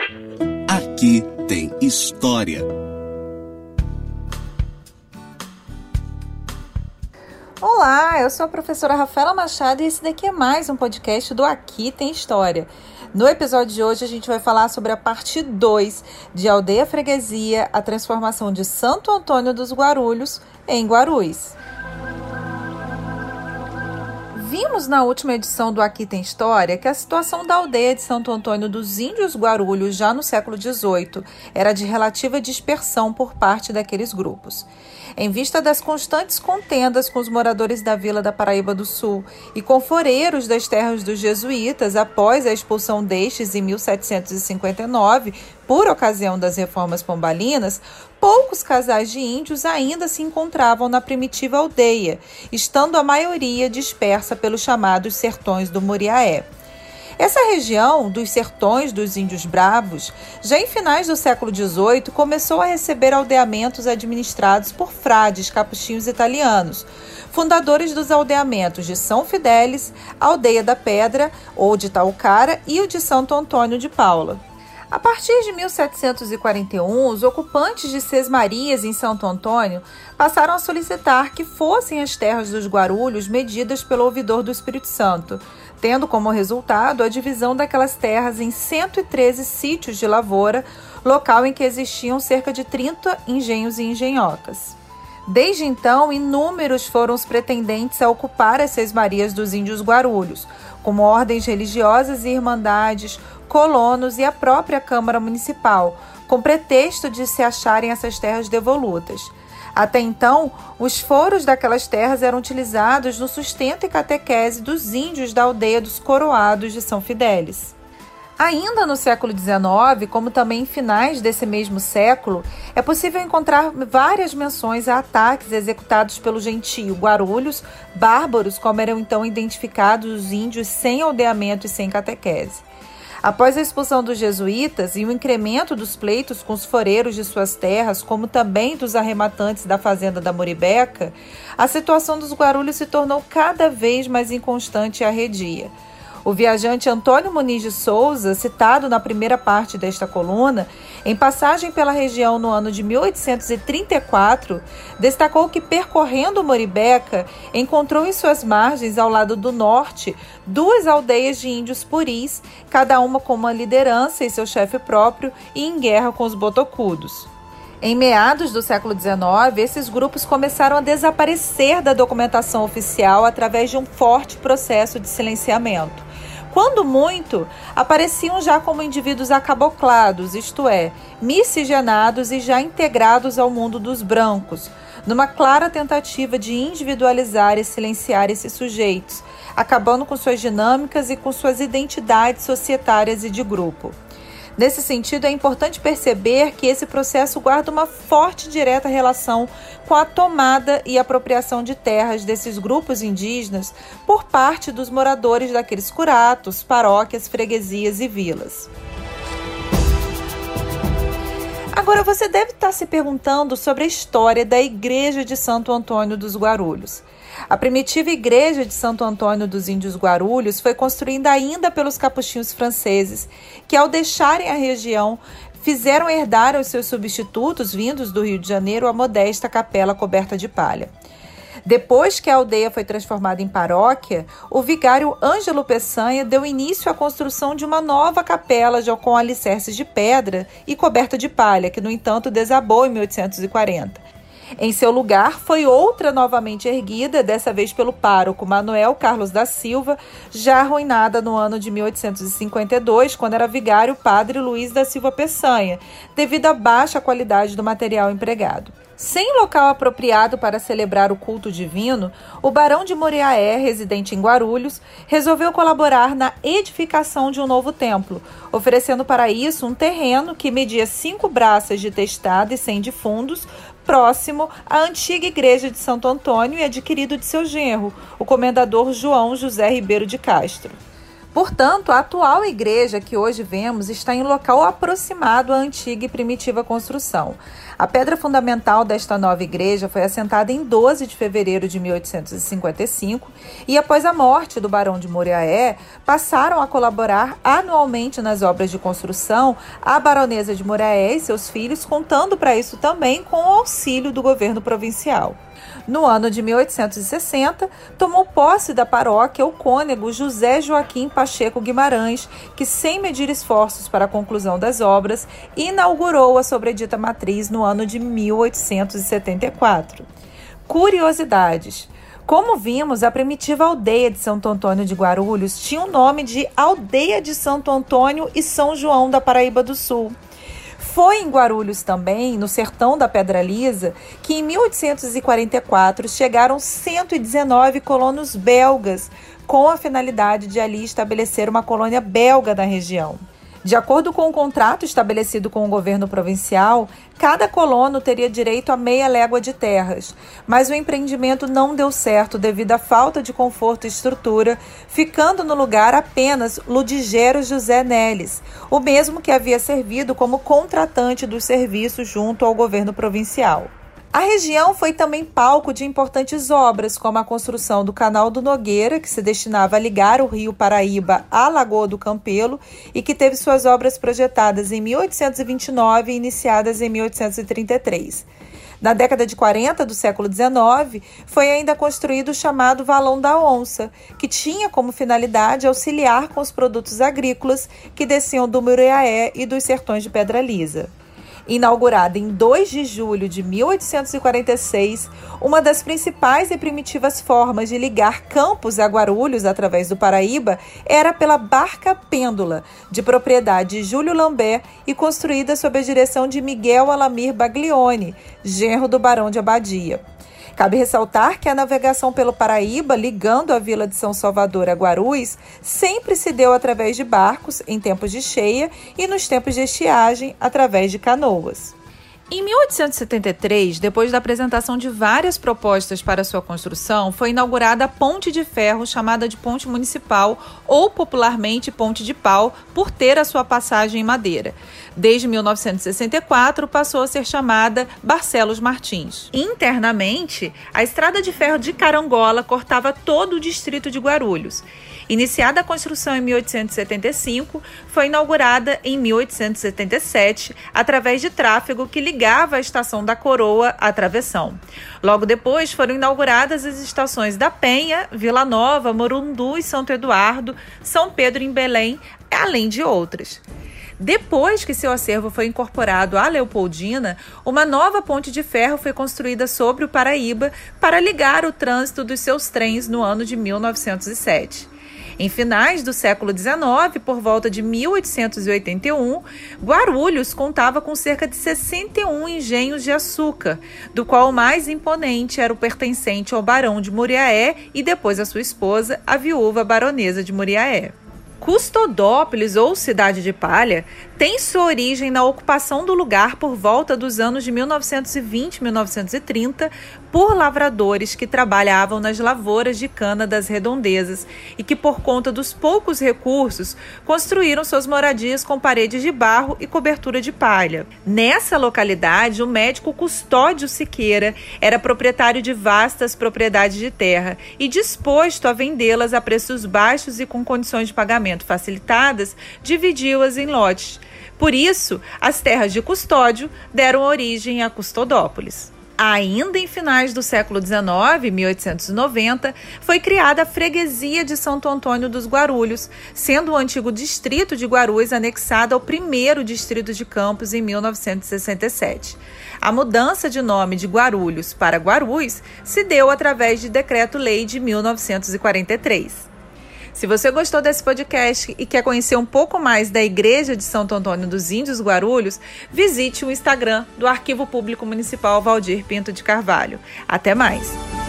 Aqui tem história. Olá, eu sou a professora Rafaela Machado e esse daqui é mais um podcast do Aqui Tem História. No episódio de hoje a gente vai falar sobre a parte 2 de Aldeia Freguesia, a transformação de Santo Antônio dos Guarulhos em Guarulhos. Vimos na última edição do Aqui Tem História que a situação da aldeia de Santo Antônio dos Índios Guarulhos já no século XVIII era de relativa dispersão por parte daqueles grupos. Em vista das constantes contendas com os moradores da vila da Paraíba do Sul e com foreiros das terras dos jesuítas após a expulsão destes em 1759, por ocasião das reformas pombalinas, poucos casais de índios ainda se encontravam na primitiva aldeia, estando a maioria dispersa pelos chamados sertões do Muriaé. Essa região dos sertões dos índios bravos, já em finais do século XVIII, começou a receber aldeamentos administrados por frades capuchinhos italianos, fundadores dos aldeamentos de São Fidélis, Aldeia da Pedra, ou de Taucara, e o de Santo Antônio de Paula. A partir de 1741, os ocupantes de Sesmarias em Santo Antônio passaram a solicitar que fossem as terras dos Guarulhos medidas pelo ouvidor do Espírito Santo, tendo como resultado a divisão daquelas terras em 113 sítios de lavoura, local em que existiam cerca de 30 engenhos e engenhocas. Desde então, inúmeros foram os pretendentes a ocupar as Sesmarias dos Índios Guarulhos, como ordens religiosas e irmandades, colonos e a própria Câmara Municipal, com pretexto de se acharem essas terras devolutas. Até então, os foros daquelas terras eram utilizados no sustento e catequese dos índios da aldeia dos Coroados de São Fidélis. Ainda no século XIX, como também em finais desse mesmo século, é possível encontrar várias menções a ataques executados pelo gentio Guarulhos, bárbaros, como eram então identificados os índios sem aldeamento e sem catequese. Após a expulsão dos jesuítas e o incremento dos pleitos com os foreiros de suas terras, como também dos arrematantes da fazenda da Muribeca, a situação dos Guarulhos se tornou cada vez mais inconstante e arredia. O viajante Antônio Muniz de Souza, citado na primeira parte desta coluna, em passagem pela região no ano de 1834, destacou que, percorrendo Muribeca, encontrou em suas margens, ao lado do norte, 2 aldeias de índios puris, cada uma com uma liderança e seu chefe próprio e em guerra com os botocudos. Em meados do século XIX, esses grupos começaram a desaparecer da documentação oficial através de um forte processo de silenciamento. Quando muito, apareciam já como indivíduos acaboclados, isto é, miscigenados e já integrados ao mundo dos brancos, numa clara tentativa de individualizar e silenciar esses sujeitos, acabando com suas dinâmicas e com suas identidades societárias e de grupo. Nesse sentido, é importante perceber que esse processo guarda uma forte e direta relação com a tomada e apropriação de terras desses grupos indígenas por parte dos moradores daqueles curatos, paróquias, freguesias e vilas. Agora, você deve estar se perguntando sobre a história da Igreja de Santo Antônio dos Guarulhos. A primitiva Igreja de Santo Antônio dos Índios Guarulhos foi construída ainda pelos capuchinhos franceses, que ao deixarem a região, fizeram herdar aos seus substitutos vindos do Rio de Janeiro a modesta capela coberta de palha. Depois que a aldeia foi transformada em paróquia, o vigário Ângelo Peçanha deu início à construção de uma nova capela já com alicerces de pedra e coberta de palha, que no entanto desabou em 1840. Em seu lugar, foi outra novamente erguida, dessa vez pelo pároco Manuel Carlos da Silva, já arruinada no ano de 1852, quando era vigário Padre Luiz da Silva Peçanha, devido à baixa qualidade do material empregado. Sem local apropriado para celebrar o culto divino, o barão de Muriaé, residente em Guarulhos, resolveu colaborar na edificação de um novo templo, oferecendo para isso um terreno que media 5 braças de testada e 100 de fundos, próximo à antiga igreja de Santo Antônio e adquirido de seu genro, o comendador João José Ribeiro de Castro. Portanto, a atual igreja que hoje vemos está em um local aproximado à antiga e primitiva construção. A pedra fundamental desta nova igreja foi assentada em 12 de fevereiro de 1855 e, após a morte do Barão de Muriaé, passaram a colaborar anualmente nas obras de construção a baronesa de Muriaé e seus filhos, contando para isso também com o auxílio do governo provincial. No ano de 1860, tomou posse da paróquia o cônego José Joaquim Pacheco Guimarães, que, sem medir esforços para a conclusão das obras, inaugurou a sobredita matriz no ano de 1874. Curiosidades. Como vimos, a primitiva aldeia de Santo Antônio de Guarulhos tinha o nome de Aldeia de Santo Antônio e São João da Paraíba do Sul. Foi em Guarulhos também, no sertão da Pedra Lisa, que em 1844 chegaram 119 colonos belgas, com a finalidade de ali estabelecer uma colônia belga na região. De acordo com o contrato estabelecido com o governo provincial, cada colono teria direito a meia légua de terras, mas o empreendimento não deu certo devido à falta de conforto e estrutura, ficando no lugar apenas Ludigero José Neles, o mesmo que havia servido como contratante dos serviços junto ao governo provincial. A região foi também palco de importantes obras, como a construção do Canal do Nogueira, que se destinava a ligar o rio Paraíba à Lagoa do Campelo e que teve suas obras projetadas em 1829 e iniciadas em 1833. Na década de 40 do século XIX, foi ainda construído o chamado Valão da Onça, que tinha como finalidade auxiliar com os produtos agrícolas que desciam do Muriaé e dos sertões de Pedra Lisa. Inaugurada em 2 de julho de 1846, uma das principais e primitivas formas de ligar Campos a Guarulhos através do Paraíba era pela barca pêndula, de propriedade de Júlio Lambert e construída sob a direção de Miguel Alamir Baglione, genro do Barão de Abadia. Cabe ressaltar que a navegação pelo Paraíba, ligando a vila de São Salvador a Guarulhos, sempre se deu através de barcos em tempos de cheia e nos tempos de estiagem, através de canoas. Em 1873, depois da apresentação de várias propostas para sua construção, foi inaugurada a Ponte de Ferro, chamada de Ponte Municipal ou popularmente Ponte de Pau, por ter a sua passagem em madeira. Desde 1964, passou a ser chamada Barcelos Martins. Internamente, a Estrada de Ferro de Carangola cortava todo o distrito de Guarulhos. Iniciada a construção em 1875, foi inaugurada em 1877, através de tráfego que ligava a Estação da Coroa à Travessão. Logo depois, foram inauguradas as estações da Penha, Vila Nova, Morundu e Santo Eduardo, São Pedro em Belém, além de outras. Depois que seu acervo foi incorporado à Leopoldina, uma nova ponte de ferro foi construída sobre o Paraíba para ligar o trânsito dos seus trens no ano de 1907. Em finais do século XIX, por volta de 1881, Guarulhos contava com cerca de 61 engenhos de açúcar, do qual o mais imponente era o pertencente ao Barão de Muriaé e depois a sua esposa, a viúva baronesa de Muriaé. Custodópolis, ou Cidade de Palha, tem sua origem na ocupação do lugar por volta dos anos de 1920 e 1930 por lavradores que trabalhavam nas lavouras de cana das redondezas e que, por conta dos poucos recursos, construíram suas moradias com paredes de barro e cobertura de palha. Nessa localidade, o médico Custódio Siqueira era proprietário de vastas propriedades de terra e disposto a vendê-las a preços baixos e com condições de pagamento facilitadas, dividiu-as em lotes. Por isso, as terras de Custódio deram origem a Custodópolis. Ainda em finais do século XIX, 1890, foi criada a freguesia de Santo Antônio dos Guarulhos, sendo o antigo distrito de Guarulhos anexado ao primeiro distrito de Campos em 1967. A mudança de nome de Guarulhos para Guarulhos se deu através de decreto-lei de 1943. Se você gostou desse podcast e quer conhecer um pouco mais da Igreja de Santo Antônio dos Índios Guarulhos, visite o Instagram do Arquivo Público Municipal Valdir Pinto de Carvalho. Até mais!